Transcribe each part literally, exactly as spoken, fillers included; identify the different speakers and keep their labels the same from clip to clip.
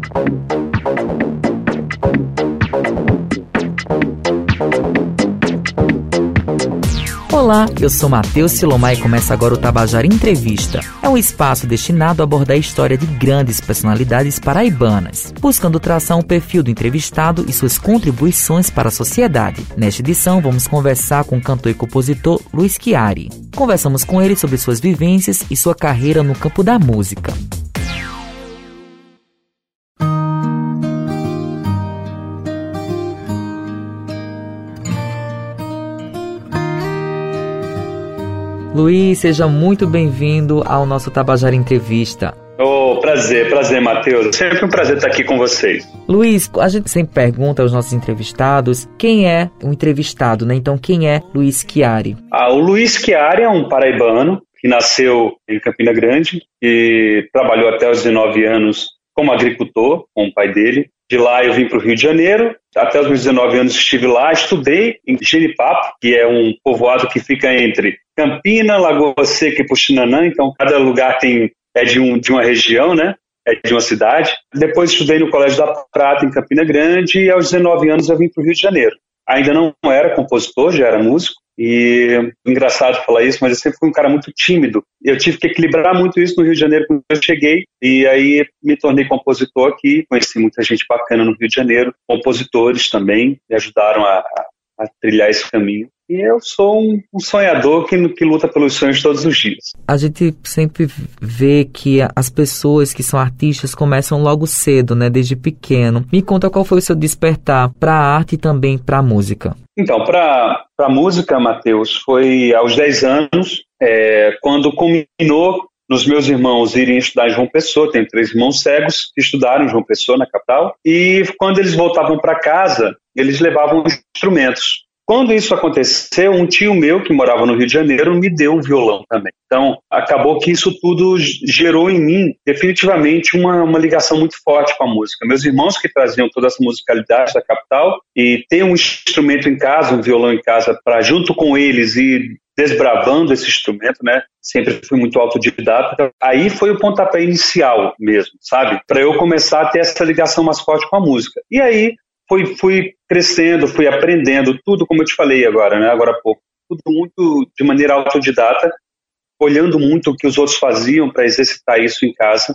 Speaker 1: Olá, eu sou Matheus Silomar e começa agora o Tabajara Entrevista. É um espaço destinado a abordar a história de grandes personalidades paraibanas, buscando traçar um perfil do entrevistado e suas contribuições para a sociedade. Nesta edição, vamos conversar com o cantor e compositor Luiz Chiari. Conversamos com ele sobre suas vivências e sua carreira no campo da música. Luiz, seja muito bem-vindo ao nosso Tabajara Entrevista.
Speaker 2: Oh, prazer, prazer, Matheus. Sempre um prazer estar aqui com vocês.
Speaker 1: Luiz, a gente sempre pergunta aos nossos entrevistados quem é o entrevistado, né? Então, quem é Luiz Chiari?
Speaker 2: Ah, o Luiz Chiari é um paraibano que nasceu em Campina Grande e trabalhou até os dezenove anos como agricultor, com o pai dele. De lá eu vim para o Rio de Janeiro, até os meus dezenove anos estive lá, estudei em Genipapo, que é um povoado que fica entre Campina, Lagoa Seca e Puxinanã, então cada lugar tem, é de, um, de uma região, né? É de uma cidade. Depois estudei no Colégio da Prata, em Campina Grande, e aos dezenove anos eu vim para o Rio de Janeiro. Ainda não era compositor, já era músico, e engraçado falar isso, mas eu sempre fui um cara muito tímido. Eu tive que equilibrar muito isso no Rio de Janeiro quando eu cheguei, e aí me tornei compositor aqui, conheci muita gente bacana no Rio de Janeiro, compositores também, me ajudaram a, a, a trilhar esse caminho. E eu sou um, um sonhador que, que luta pelos sonhos todos os dias.
Speaker 1: A gente sempre vê que as pessoas que são artistas começam logo cedo, né, desde pequeno. Me conta qual foi o seu despertar para a arte e também para a música.
Speaker 2: Então, para a música, Matheus, foi aos dez anos, é, quando culminou nos meus irmãos irem estudar em João Pessoa. Tenho três irmãos cegos que estudaram em João Pessoa, na capital, e quando eles voltavam para casa, eles levavam instrumentos. Quando isso aconteceu, um tio meu que morava no Rio de Janeiro me deu um violão também. Então, acabou que isso tudo gerou em mim definitivamente uma, uma ligação muito forte com a música. Meus irmãos que traziam toda essa musicalidade da capital e ter um instrumento em casa, um violão em casa, para junto com eles ir desbravando esse instrumento, né? Sempre fui muito autodidata. Aí foi o pontapé inicial mesmo, sabe? Para eu começar a ter essa ligação mais forte com a música. E aí, Fui, fui crescendo, fui aprendendo tudo, como eu te falei agora, né, agora há pouco, tudo muito de maneira autodidata, olhando muito o que os outros faziam para exercitar isso em casa.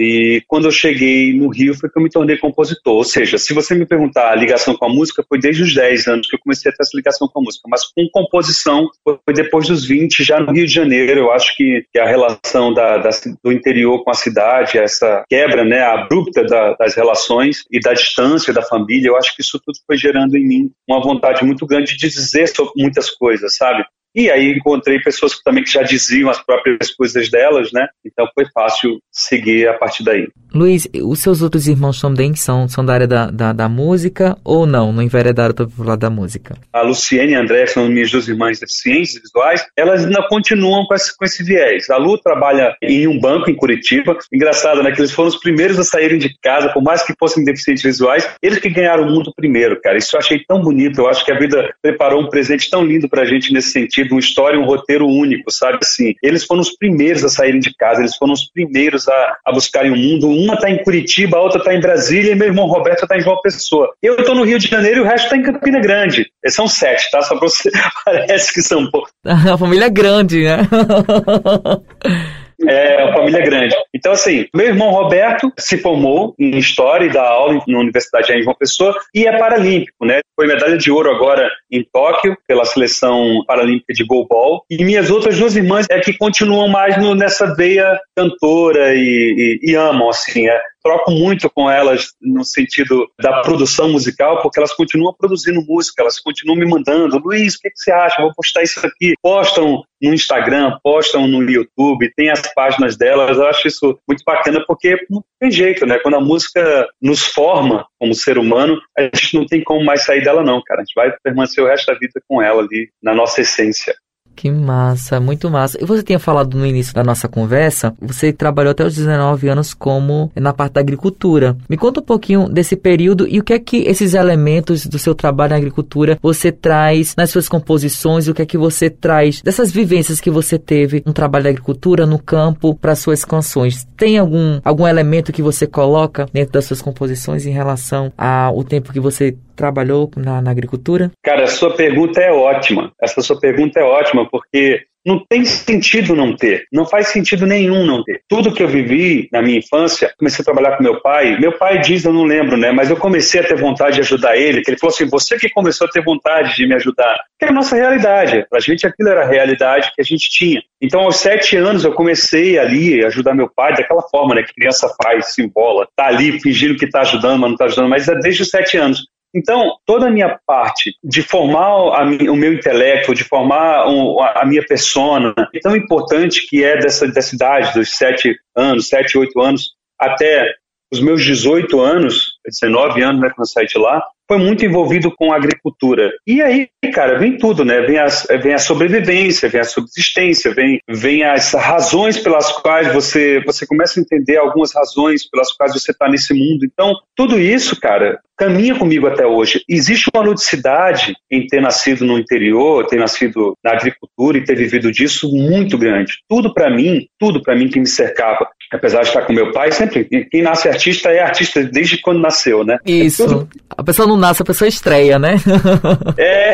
Speaker 2: E quando eu cheguei no Rio foi que eu me tornei compositor. Ou seja, se você me perguntar a ligação com a música, foi desde os dez anos que eu comecei a ter essa ligação com a música. Mas com composição foi depois dos vinte, já no Rio de Janeiro. Eu acho que, que a relação da, da, do interior com a cidade, essa quebra, né, abrupta da, das relações e da distância da família, eu acho que isso tudo foi gerando em mim uma vontade muito grande de dizer sobre muitas coisas, sabe? E aí encontrei pessoas que também que já diziam as próprias coisas delas, né? Então foi fácil seguir a partir daí.
Speaker 1: Luiz, os seus outros irmãos também são, são da área da, da, da música ou não? Não enveredaram para o lado da música?
Speaker 2: A Luciene e a André são minhas duas irmãs deficientes visuais. Elas ainda continuam com esse, com esse viés. A Lu trabalha em um banco em Curitiba. Engraçado, né? Que eles foram os primeiros a saírem de casa, por mais que fossem deficientes visuais. Eles que ganharam o mundo primeiro, cara. Isso eu achei tão bonito. Eu acho que a vida preparou um presente tão lindo pra gente nesse sentido. Uma história, um roteiro único, sabe? Assim, eles foram os primeiros a saírem de casa, eles foram os primeiros a, a buscarem o mundo. Uma está em Curitiba, a outra está em Brasília e meu irmão Roberto está em João Pessoa. Eu estou no Rio de Janeiro e o resto está em Campina Grande. Eles são sete, tá? Só para você... Parece que são poucos.
Speaker 1: A família é grande, né?
Speaker 2: É, uma família grande. Então, assim, meu irmão Roberto se formou em História e dá aula na Universidade de João Pessoa e é paralímpico, né? Foi medalha de ouro agora em Tóquio, pela seleção paralímpica de goalball. E minhas outras duas irmãs é que continuam mais no, nessa veia cantora e, e, e amam, assim, é. Troco muito com elas no sentido da produção musical, porque elas continuam produzindo música, elas continuam me mandando, Luiz, o que, que você acha? Vou postar isso aqui. Postam no Instagram, postam no YouTube, tem as páginas delas, eu acho isso muito bacana, porque não tem jeito, né? Quando a música nos forma como ser humano, a gente não tem como mais sair dela não, cara. A gente vai permanecer o resto da vida com ela ali, na nossa essência.
Speaker 1: Que massa, muito massa. E você tinha falado no início da nossa conversa, você trabalhou até os dezenove anos como na parte da agricultura. Me conta um pouquinho desse período e o que é que esses elementos do seu trabalho na agricultura você traz nas suas composições, o que é que você traz dessas vivências que você teve no trabalho da agricultura, no campo, para suas canções. Tem algum, algum elemento que você coloca dentro das suas composições em relação ao tempo que você trabalhou na, na agricultura?
Speaker 2: Cara, a sua pergunta é ótima. Essa sua pergunta é ótima porque não tem sentido não ter. Não faz sentido nenhum não ter. Tudo que eu vivi na minha infância, comecei a trabalhar com meu pai. Meu pai diz, eu não lembro, né? Mas eu comecei a ter vontade de ajudar ele. Que ele falou assim, você que começou a ter vontade de me ajudar. Que é a nossa realidade. Pra gente aquilo era a realidade que a gente tinha. Então, aos sete anos, eu comecei ali a ajudar meu pai daquela forma, né? Que criança faz, se embola. Tá ali fingindo que tá ajudando, mas não tá ajudando. Mas é desde os sete anos. Então, toda a minha parte de formar a mi, o meu intelecto, de formar um, a minha persona, é tão importante que é dessa, dessa idade, dos sete anos, sete, oito anos, até os meus dezoito anos, dezenove anos, né, quando eu saí de lá, foi muito envolvido com a agricultura. E aí, cara, vem tudo, né? Vem a, vem a sobrevivência, vem a subsistência, vem, vem as razões pelas quais você, você começa a entender algumas razões pelas quais você está nesse mundo. Então, tudo isso, cara, caminha comigo até hoje. Existe uma ludicidade em ter nascido no interior, ter nascido na agricultura e ter vivido disso muito grande. Tudo para mim, tudo para mim que me cercava, apesar de estar com meu pai, sempre, quem nasce artista é artista desde quando nasceu, né?
Speaker 1: Isso. É tudo... A pessoa não nasce, a pessoa estreia, né? É.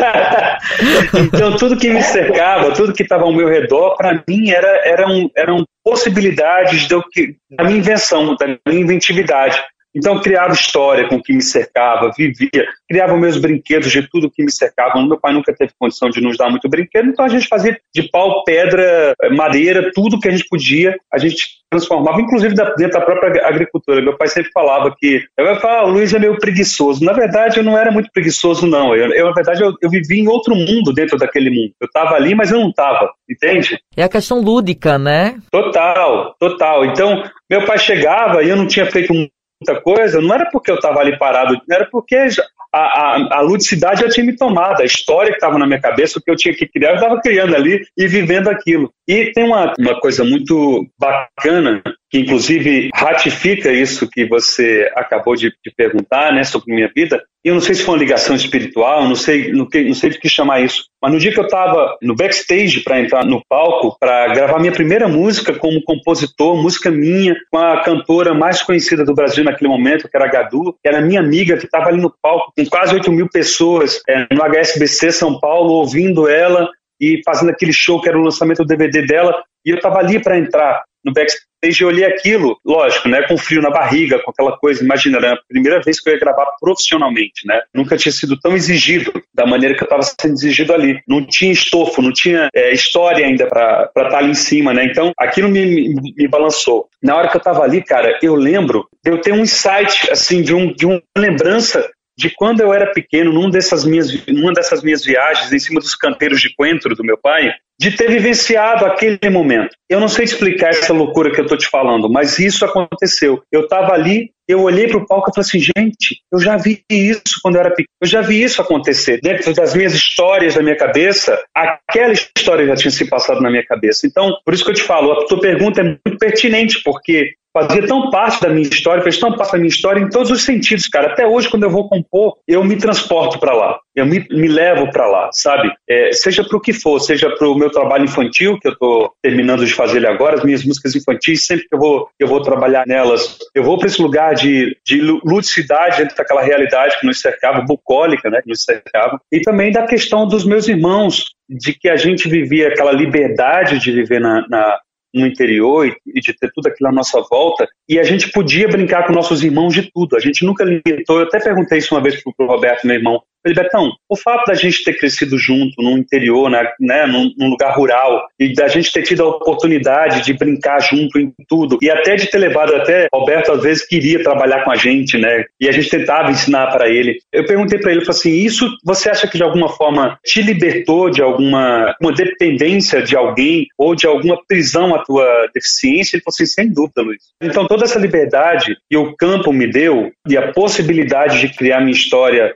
Speaker 2: Então, tudo que me cercava, tudo que estava ao meu redor, para mim, era, eram, eram possibilidades de, da minha invenção, da minha inventividade. Então, eu criava história com o que me cercava, vivia, criava meus brinquedos de tudo que me cercava. Meu pai nunca teve condição de nos dar muito brinquedo, então a gente fazia de pau, pedra, madeira, tudo que a gente podia, a gente transformava, inclusive dentro da própria agricultura. Meu pai sempre falava que, eu ia falar, ah, o Luiz é meio preguiçoso. Na verdade, eu não era muito preguiçoso, não. Eu, eu na verdade, eu, eu vivia em outro mundo dentro daquele mundo. Eu estava ali, mas eu não estava, entende?
Speaker 1: É a questão lúdica, né?
Speaker 2: Total, total. Então, meu pai chegava e eu não tinha feito um muita coisa, não era porque eu estava ali parado, era porque a, a, a ludicidade já tinha me tomado, a história que estava na minha cabeça, o que eu tinha que criar, eu estava criando ali e vivendo aquilo. E tem uma, uma coisa muito bacana, que inclusive ratifica isso que você acabou de, de perguntar, né, sobre minha vida. E eu não sei se foi uma ligação espiritual, não sei, não, não sei de que chamar isso, mas no dia que eu estava no backstage para entrar no palco, para gravar minha primeira música como compositor, música minha, com a cantora mais conhecida do Brasil naquele momento, que era a Gadu, que era minha amiga, que estava ali no palco, com quase oito mil pessoas, é, no H S B C São Paulo, ouvindo ela e fazendo aquele show que era o lançamento do D V D dela, e eu estava ali para entrar no backstage e olhei aquilo, lógico, né, com frio na barriga, com aquela coisa, imagina, era a primeira vez que eu ia gravar profissionalmente, né, nunca tinha sido tão exigido da maneira que eu estava sendo exigido ali, não tinha estofo, não tinha é, história ainda para estar ali em cima, né, então aquilo me, me, me balançou. Na hora que eu estava ali, cara, eu lembro, eu tenho um insight, assim, de, um, de uma lembrança de quando eu era pequeno, num dessas minhas, numa dessas minhas viagens em cima dos canteiros de coentro do meu pai, de ter vivenciado aquele momento. Eu não sei explicar essa loucura que eu estou te falando, mas isso aconteceu. Eu estava ali, eu olhei para o palco e falei assim, gente, eu já vi isso quando eu era pequeno, eu já vi isso acontecer. Dentro das minhas histórias da minha cabeça, aquela história já tinha se passado na minha cabeça. Então, por isso que eu te falo, a tua pergunta é muito pertinente, porque fazia tão parte da minha história, fez tão parte da minha história em todos os sentidos, cara. Até hoje, quando eu vou compor, eu me transporto para lá, eu me, me levo para lá, sabe? É, seja para o que for, seja para o meu trabalho infantil, que eu estou terminando de fazer ele agora, as minhas músicas infantis, sempre que eu vou, eu vou trabalhar nelas, eu vou para esse lugar de, de ludicidade dentro daquela realidade que nos cercava, bucólica, né, que nos cercava, e também da questão dos meus irmãos, de que a gente vivia aquela liberdade de viver na, na no interior e de ter tudo aquilo à nossa volta, e a gente podia brincar com nossos irmãos de tudo, a gente nunca limitou. Eu até perguntei isso uma vez pro, pro Roberto, meu irmão, falei, Betão, o fato da gente ter crescido junto no interior, né, né, num, num lugar rural, e da gente ter tido a oportunidade de brincar junto em tudo, e até de ter levado, até Roberto às vezes queria trabalhar com a gente, né, e a gente tentava ensinar para ele. Eu perguntei para ele, falei assim, isso você acha que de alguma forma te libertou de alguma uma dependência de alguém, ou de alguma prisão à tua deficiência? Ele falou assim, sem dúvida, Luiz. Então toda essa liberdade que o campo me deu, e a possibilidade de criar minha história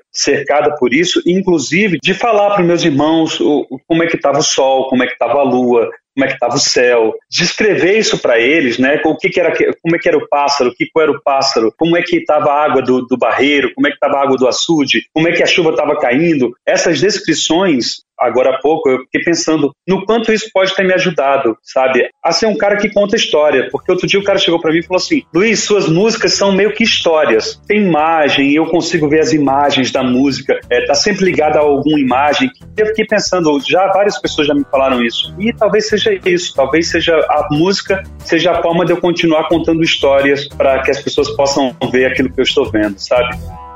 Speaker 2: cercada por isso, inclusive de falar para os meus irmãos o, o, como é que estava o sol, como é que estava a lua, como é que estava o céu, descrever isso para eles, né? O que que era, como é que era o pássaro, o que era o pássaro, como é que estava a água do, do barreiro, como é que estava a água do açude, como é que a chuva estava caindo. Essas descrições, agora há pouco, eu fiquei pensando no quanto isso pode ter me ajudado, sabe? A ser um cara que conta história, porque outro dia o cara chegou para mim e falou assim: Luiz, suas músicas são meio que histórias, tem imagem, eu consigo ver as imagens da música, é, tá sempre ligada a alguma imagem. Eu fiquei pensando, já várias pessoas já me falaram isso, e talvez seja isso, talvez seja a música, seja a forma de eu continuar contando histórias para que as pessoas possam ver aquilo que eu estou vendo, sabe?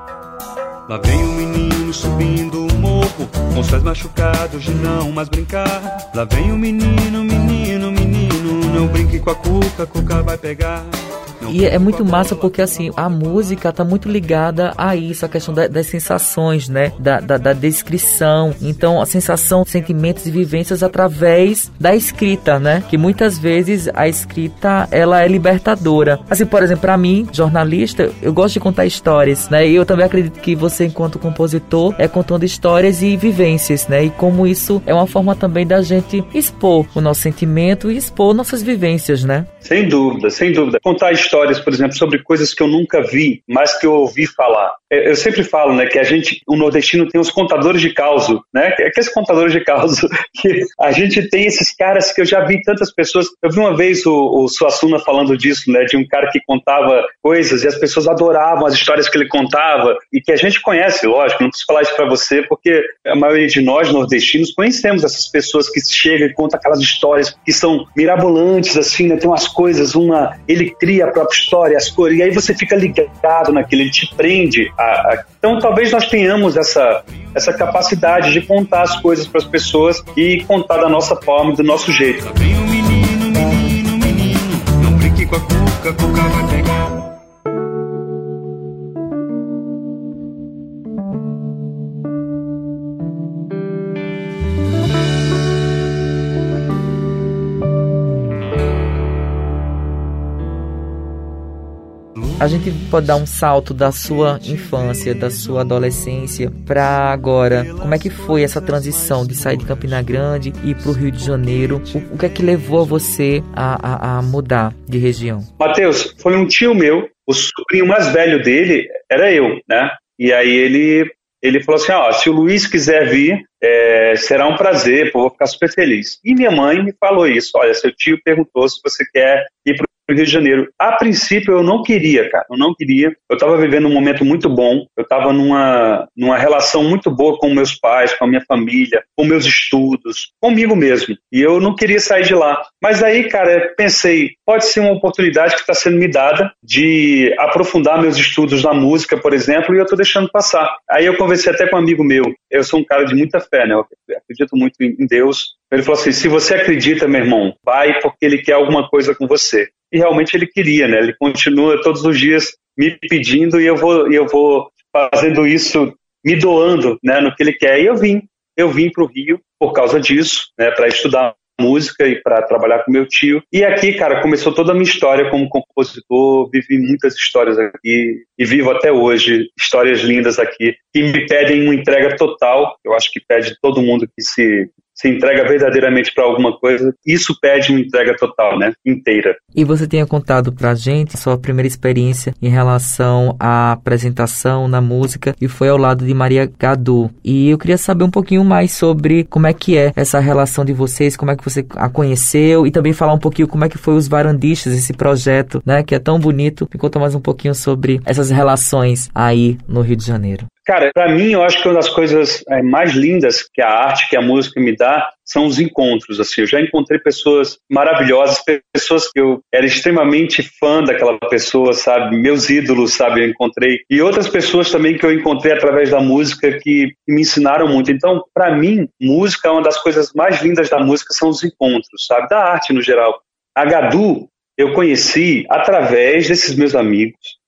Speaker 3: Lá vem um menino subindo o morro, com os pés machucados de não mais brincar. Lá vem um menino, menino, menino, não brinque com a cuca, a cuca vai pegar.
Speaker 1: E é muito massa porque, assim, a música tá muito ligada a isso, a questão da, das sensações, né? Da, da, da descrição. Então, a sensação, sentimentos e vivências através da escrita, né? Que muitas vezes a escrita, ela é libertadora. Assim, por exemplo, pra mim, jornalista, eu gosto de contar histórias, né? E eu também acredito que você, enquanto compositor, é contando histórias e vivências, né? E como isso é uma forma também da gente expor o nosso sentimento e expor nossas vivências, né?
Speaker 2: Sem dúvida, sem dúvida. Contar histórias, por exemplo, sobre coisas que eu nunca vi, mas que eu ouvi falar. Eu sempre falo, né, que a gente, o nordestino tem os contadores de causo, né? Aqueles contadores de causo que a gente tem esses caras que eu já vi tantas pessoas. Eu vi uma vez o, o Suassuna falando disso, né, de um cara que contava coisas e as pessoas adoravam as histórias que ele contava e que a gente conhece, lógico, não preciso falar isso para você, porque a maioria de nós nordestinos conhecemos essas pessoas que chegam e contam aquelas histórias que são mirabolantes, assim, né? Tem umas coisas, uma, ele cria a própria história, as cores, e aí você fica ligado naquilo, ele te prende. A, a... Então talvez nós tenhamos essa, essa capacidade de contar as coisas para as pessoas e contar da nossa forma, do nosso jeito.
Speaker 3: Vem um menino, menino, menino, não brinque com a cuca, a cuca vai pegar.
Speaker 1: A gente pode dar um salto da sua infância, da sua adolescência para agora. Como é que foi essa transição de sair de Campina Grande e ir para o Rio de Janeiro? O, o que é que levou você a, a, a mudar de região?
Speaker 2: Matheus, foi um tio meu, o sobrinho mais velho dele era eu, né? E aí ele, ele falou assim, ó, se o Luiz quiser vir, é, será um prazer, pô, vou ficar super feliz. E minha mãe me falou isso, olha, seu tio perguntou se você quer ir para Rio de Janeiro. A princípio eu não queria, cara, eu não queria. Eu estava vivendo um momento muito bom, eu estava numa, numa relação muito boa com meus pais, com a minha família, com meus estudos, comigo mesmo. E eu não queria sair de lá. Mas aí, cara, pensei, pode ser uma oportunidade que está sendo me dada de aprofundar meus estudos na música, por exemplo, e eu estou deixando passar. Aí eu conversei até com um amigo meu, eu sou um cara de muita fé, né? Eu acredito muito em Deus. Ele falou assim, se você acredita, meu irmão, vai porque ele quer alguma coisa com você. E realmente ele queria, né? Ele continua todos os dias me pedindo e eu vou, eu vou fazendo isso, me doando, né, no que ele quer. E eu vim, eu vim para o Rio por causa disso, né, para estudar música e para trabalhar com meu tio. E aqui, cara, começou toda a minha história como compositor, vivi muitas histórias aqui e vivo até hoje histórias lindas aqui que me pedem uma entrega total. Eu acho que pede todo mundo que se se entrega verdadeiramente para alguma coisa, isso pede uma entrega total, né, inteira.
Speaker 1: E você tinha contado pra gente sua primeira experiência em relação à apresentação na música e foi ao lado de Maria Gadu. E eu queria saber um pouquinho mais sobre como é que é essa relação de vocês, como é que você a conheceu e também falar um pouquinho como é que foi os Varandistas, esse projeto, né, que é tão bonito. Me conta mais um pouquinho sobre essas relações aí no Rio de Janeiro.
Speaker 2: Cara, para mim, eu acho que uma das coisas é, mais lindas que a arte, que a música me dá, são os encontros, assim. Eu já encontrei pessoas maravilhosas, pessoas que eu era extremamente fã daquela pessoa, sabe? Meus ídolos, sabe? Eu encontrei. E outras pessoas também que eu encontrei através da música que, que me ensinaram muito. Então, para mim, música, uma das coisas mais lindas da música são os encontros, sabe? Da arte no geral. A Gadu, eu conheci através desses meus amigos.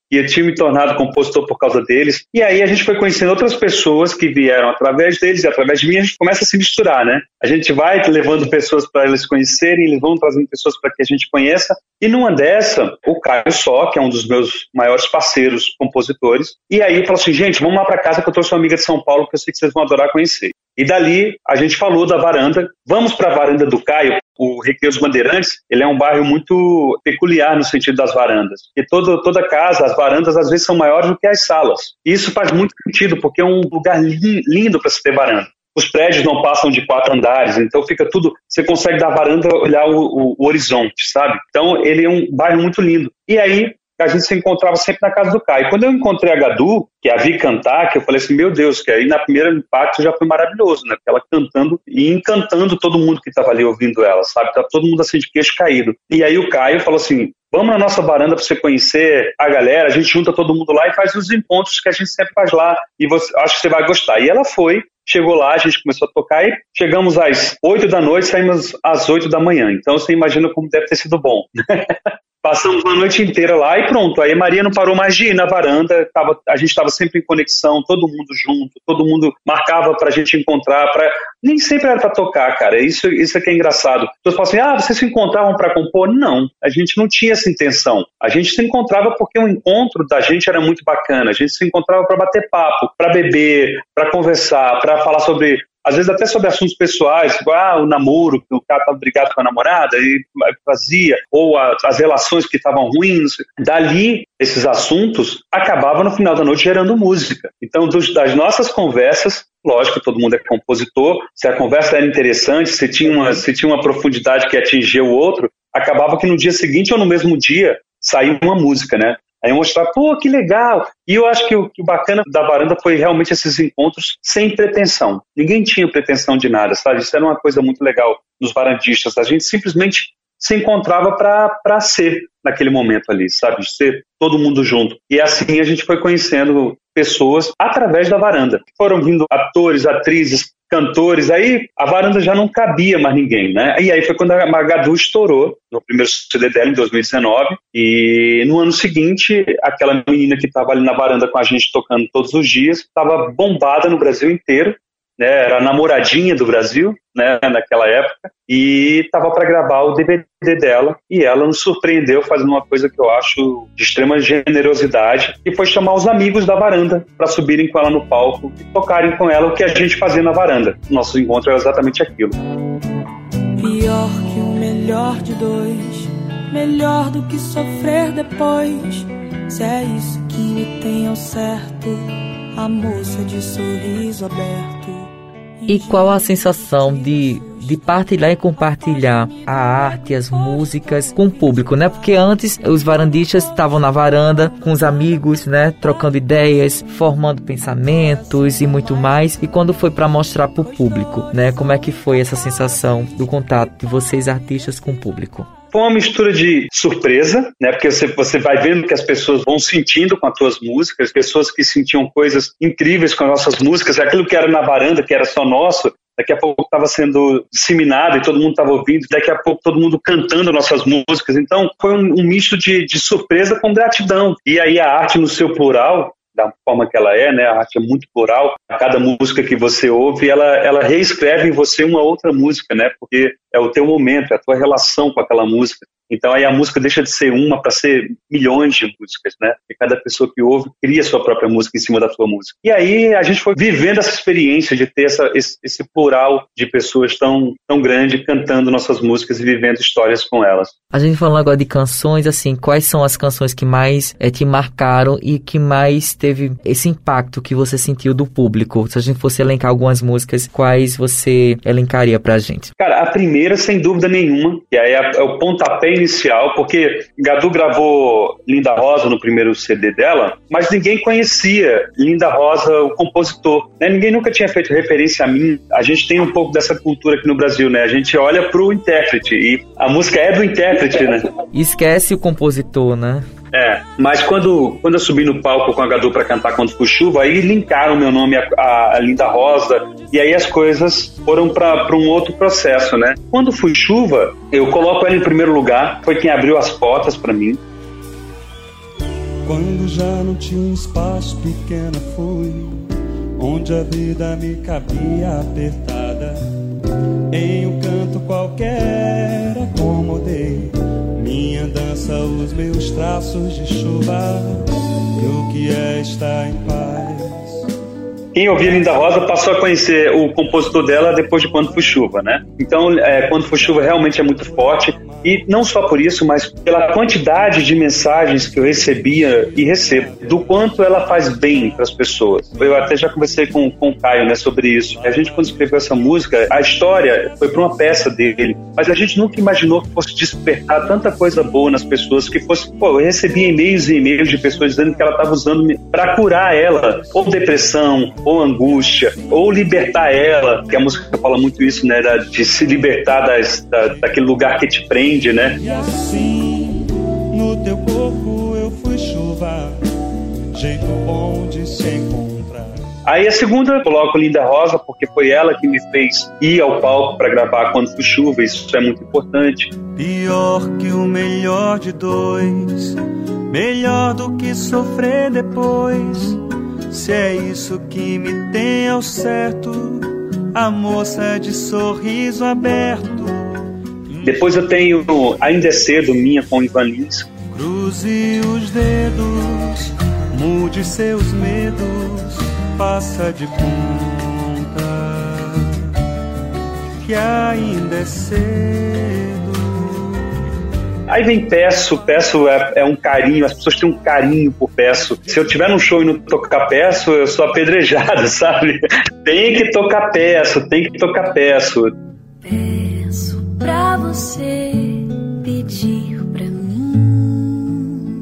Speaker 2: e eu tinha me tornado compositor por causa deles. E aí a gente foi conhecendo outras pessoas que vieram através deles e através de mim a gente começa a se misturar, né? A gente vai levando pessoas para eles conhecerem, eles vão trazendo pessoas para que a gente conheça. E numa dessa, o Caio Só, que é um dos meus maiores parceiros compositores, e aí falou assim, gente, vamos lá para casa que eu trouxe uma amiga de São Paulo que eu sei que vocês vão adorar conhecer. E dali a gente falou da varanda, vamos para a varanda do Caio. O Recreio dos Bandeirantes, ele é um bairro muito peculiar no sentido das varandas. E todo, toda casa, as varandas às vezes são maiores do que as salas. E isso faz muito sentido, porque é um lugar li- lindo para se ter varanda. Os prédios não passam de quatro andares, então fica tudo... Você consegue da varanda olhar o, o, o horizonte, sabe? Então ele é um bairro muito lindo. E aí a gente se encontrava sempre na casa do Caio. Quando eu encontrei a Gadu, que a vi cantar, que eu falei assim, meu Deus, que aí na primeira impacto já foi maravilhoso, né? Porque ela cantando e encantando todo mundo que estava ali ouvindo ela, sabe? Tava todo mundo assim de queixo caído. E aí o Caio falou assim, vamos na nossa varanda para você conhecer a galera, a gente junta todo mundo lá e faz os encontros que a gente sempre faz lá, e você, acho que você vai gostar. E ela foi, chegou lá, a gente começou a tocar e chegamos às oito da noite, saímos às oito da manhã. Então você imagina como deve ter sido bom. Passamos uma noite inteira lá e pronto. Aí a Maria não parou mais de ir na varanda, tava, a gente estava sempre em conexão, todo mundo junto, todo mundo marcava pra gente encontrar, pra... nem sempre era pra tocar, cara, isso, isso é que é engraçado. As pessoas falam assim, ah, vocês se encontravam pra compor? Não, a gente não tinha essa intenção. A gente se encontrava porque o encontro da gente era muito bacana, a gente se encontrava pra bater papo, pra beber, pra conversar, pra falar sobre... às vezes até sobre assuntos pessoais, tipo, ah, o namoro, que o cara estava brigado com a namorada e fazia, ou a, as relações que estavam ruins. Dali, esses assuntos acabavam no final da noite gerando música. Então, dos, das nossas conversas, lógico, todo mundo é compositor, se a conversa era interessante, se tinha uma, se tinha uma profundidade que atingia o outro, acabava que no dia seguinte ou no mesmo dia saía uma música, né? Aí mostrar, pô, que legal. E eu acho que o, que o bacana da varanda foi realmente esses encontros sem pretensão. Ninguém tinha pretensão de nada, sabe? Isso era uma coisa muito legal dos varandistas. A gente simplesmente se encontrava para ser naquele momento ali, sabe? Ser todo mundo junto. E assim a gente foi conhecendo pessoas através da varanda. Foram vindo atores, atrizes, cantores, aí a varanda já não cabia mais ninguém, né? E aí foi quando a Gadu estourou, no primeiro C D dela, em dois mil e dezenove, e no ano seguinte, aquela menina que estava ali na varanda com a gente tocando todos os dias, estava bombada no Brasil inteiro, né? Era a namoradinha do Brasil, né? Naquela época, e estava para gravar o D V D dela, e ela nos surpreendeu fazendo uma coisa que eu acho de extrema generosidade, e foi chamar os amigos da varanda para subirem com ela no palco e tocarem com ela o que a gente fazia na varanda. Nosso encontro era exatamente aquilo.
Speaker 4: Pior que o melhor de dois, melhor do que sofrer depois. Se é isso que me tem ao certo, a moça de sorriso aberto.
Speaker 1: E qual a sensação de, de partilhar e compartilhar a arte, as músicas com o público, né? Porque antes os varandistas estavam na varanda com os amigos, né? Trocando ideias, formando pensamentos e muito mais. E quando foi para mostrar para o público, né? Como é que foi essa sensação do contato de vocês artistas com o público?
Speaker 2: Foi uma mistura de surpresa, né? Porque você, você vai vendo que as pessoas vão sentindo com as tuas músicas, pessoas que sentiam coisas incríveis com as nossas músicas, aquilo que era na varanda, que era só nosso, daqui a pouco estava sendo disseminado e todo mundo estava ouvindo, daqui a pouco todo mundo cantando nossas músicas. Então foi um, um misto de, de surpresa com gratidão. E aí a arte no seu plural, da forma que ela é, né? A arte é muito plural. Cada música que você ouve, ela, ela reescreve em você uma outra música, né? Porque é o teu momento, é a tua relação com aquela música. Então aí a música deixa de ser uma para ser milhões de músicas, né? E cada pessoa que ouve cria sua própria música em cima da sua música. E aí a gente foi vivendo essa experiência de ter essa, esse, esse plural de pessoas tão, tão grande cantando nossas músicas e vivendo histórias com elas.
Speaker 1: A gente falando agora de canções, assim, quais são as canções que mais é, te marcaram e que mais teve esse impacto que você sentiu do público? Se a gente fosse elencar algumas músicas, quais você elencaria pra gente?
Speaker 2: Cara, a primeira, sem dúvida nenhuma, que aí é, é o pontapé inicial, porque Gadu gravou Linda Rosa no primeiro C D dela, mas ninguém conhecia Linda Rosa, o compositor, né? Ninguém nunca tinha feito referência a mim. A gente tem um pouco dessa cultura aqui no Brasil, né? A gente olha pro intérprete e a música é do intérprete, né?
Speaker 1: Esquece o compositor, né?
Speaker 2: É, mas quando, quando eu subi no palco com a Gadu pra cantar Quando For Chuva, aí linkaram meu nome a, a Linda Rosa, e aí as coisas foram pra, pra um outro processo, né? Quando Foi Chuva, eu coloco ela em primeiro lugar, foi quem abriu as portas pra mim.
Speaker 3: Quando já não tinha um espaço, pequena fui, onde a vida me cabia apertada. Em um canto qualquer acomodei minha dança, os meus traços de chuva. E o que é estar em paz?
Speaker 2: Quem ouvia Linda Rosa passou a conhecer o compositor dela depois de Quando Foi Chuva, né? Então, é, Quando Foi Chuva realmente é muito forte. E não só por isso, mas pela quantidade de mensagens que eu recebia e recebo, do quanto ela faz bem para as pessoas. Eu até já conversei com, com o Caio, né, sobre isso. A gente, quando escreveu essa música, a história foi para uma peça dele, mas a gente nunca imaginou que fosse despertar tanta coisa boa nas pessoas, que fosse... Pô, eu recebia e-mails e e-mails de pessoas dizendo que ela estava usando para curar ela, ou depressão, ou angústia, ou libertar ela, que a música fala muito isso, né, de se libertar das, da, daquele lugar que te prende, né?
Speaker 3: E assim, no teu corpo eu fui chuva, jeito bom de se encontrar.
Speaker 2: Aí a segunda eu coloco Linda Rosa, porque foi ela que me fez ir ao palco para gravar Quando Foi Chuva, isso é muito importante.
Speaker 3: Pior que o melhor de dois, melhor do que sofrer depois. Se é isso que me tem ao certo, a moça de sorriso aberto.
Speaker 2: Depois eu tenho Ainda é Cedo, minha, com Ivan Lins.
Speaker 3: Cruze os dedos, mude seus medos, passa de conta, que ainda é cedo.
Speaker 2: Aí vem Peço, Peço é, é um carinho, as pessoas têm um carinho por Peço. Se eu tiver num show e não tocar Peço, eu sou apedrejado, sabe? Tem que tocar Peço, tem que tocar Peço.
Speaker 4: Peço pra você pedir pra mim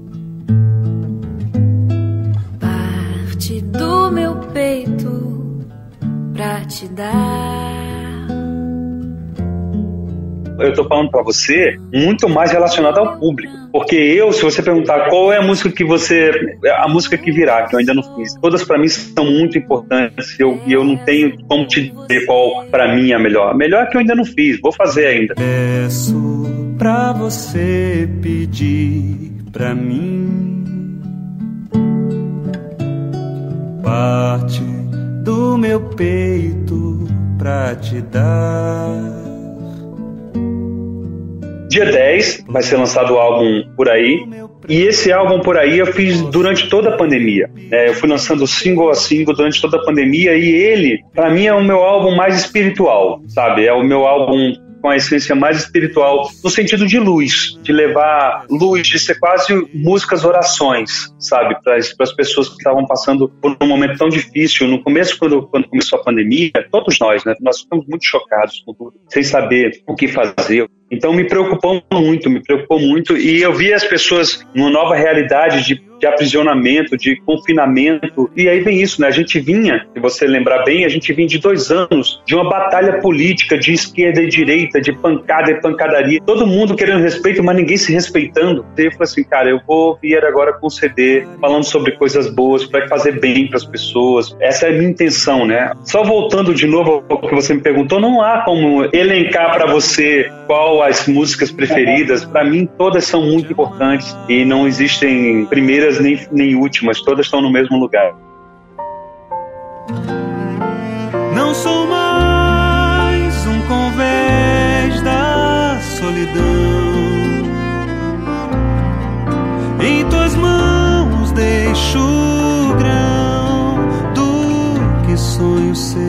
Speaker 4: parte do meu peito pra te dar.
Speaker 2: Eu tô falando pra você muito mais relacionado ao público, porque eu, se você perguntar qual é a música que você, a música que virá, que eu ainda não fiz, todas pra mim são muito importantes e eu, eu não tenho como te dizer qual pra mim é a melhor. A melhor é que eu ainda não fiz, vou fazer ainda.
Speaker 3: Peço pra você pedir pra mim parte do meu peito pra te dar.
Speaker 2: Dia dez vai ser lançado o álbum Por Aí, e esse álbum Por Aí eu fiz durante toda a pandemia. É, eu fui lançando single a single durante toda a pandemia, e ele, pra mim, é o meu álbum mais espiritual, sabe? É o meu álbum com a essência mais espiritual, no sentido de luz, de levar luz, de ser quase músicas orações, sabe, para as pessoas que estavam passando por um momento tão difícil. No começo, quando, quando começou a pandemia, todos nós, né, nós ficamos muito chocados com tudo, sem saber o que fazer. Então me preocupou muito, me preocupou muito, e eu vi as pessoas numa nova realidade de, de aprisionamento, de confinamento, e aí vem isso, né? A gente vinha, se você lembrar bem, a gente vinha de dois anos de uma batalha política de esquerda e direita, de pancada e pancadaria, todo mundo querendo respeito, mas ninguém se respeitando. E eu falei assim, cara, eu vou vir agora com C D, falando sobre coisas boas, para fazer bem para as pessoas. Essa é a minha intenção, né? Só voltando de novo ao que você me perguntou, não há como elencar para você qual as músicas preferidas. Para mim todas são muito importantes e não existem primeiras nem, nem últimas, todas estão no mesmo lugar.
Speaker 3: Não sou mais um convés da solidão, em tuas mãos deixo o grão do que sonho ser.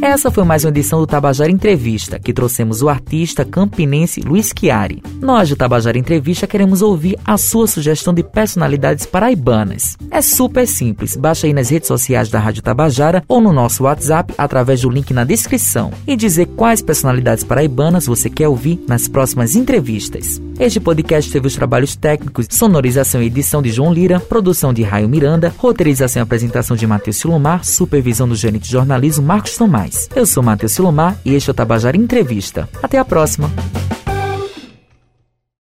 Speaker 1: Essa foi mais uma edição do Tabajara Entrevista, que trouxemos o artista campinense Luiz Chiari. Nós do Tabajara Entrevista queremos ouvir a sua sugestão de personalidades paraibanas. É super simples, baixa aí nas redes sociais da Rádio Tabajara ou no nosso WhatsApp através do link na descrição e dizer quais personalidades paraibanas você quer ouvir nas próximas entrevistas. Este podcast teve os trabalhos técnicos, sonorização e edição de João Lira, produção de Raio Miranda, roteirização e apresentação de Matheus Silomar, supervisão do gerente de jornalismo Marcos Tomás. Eu sou Matheus Silomar e este é o Tabajara Entrevista. Até a próxima!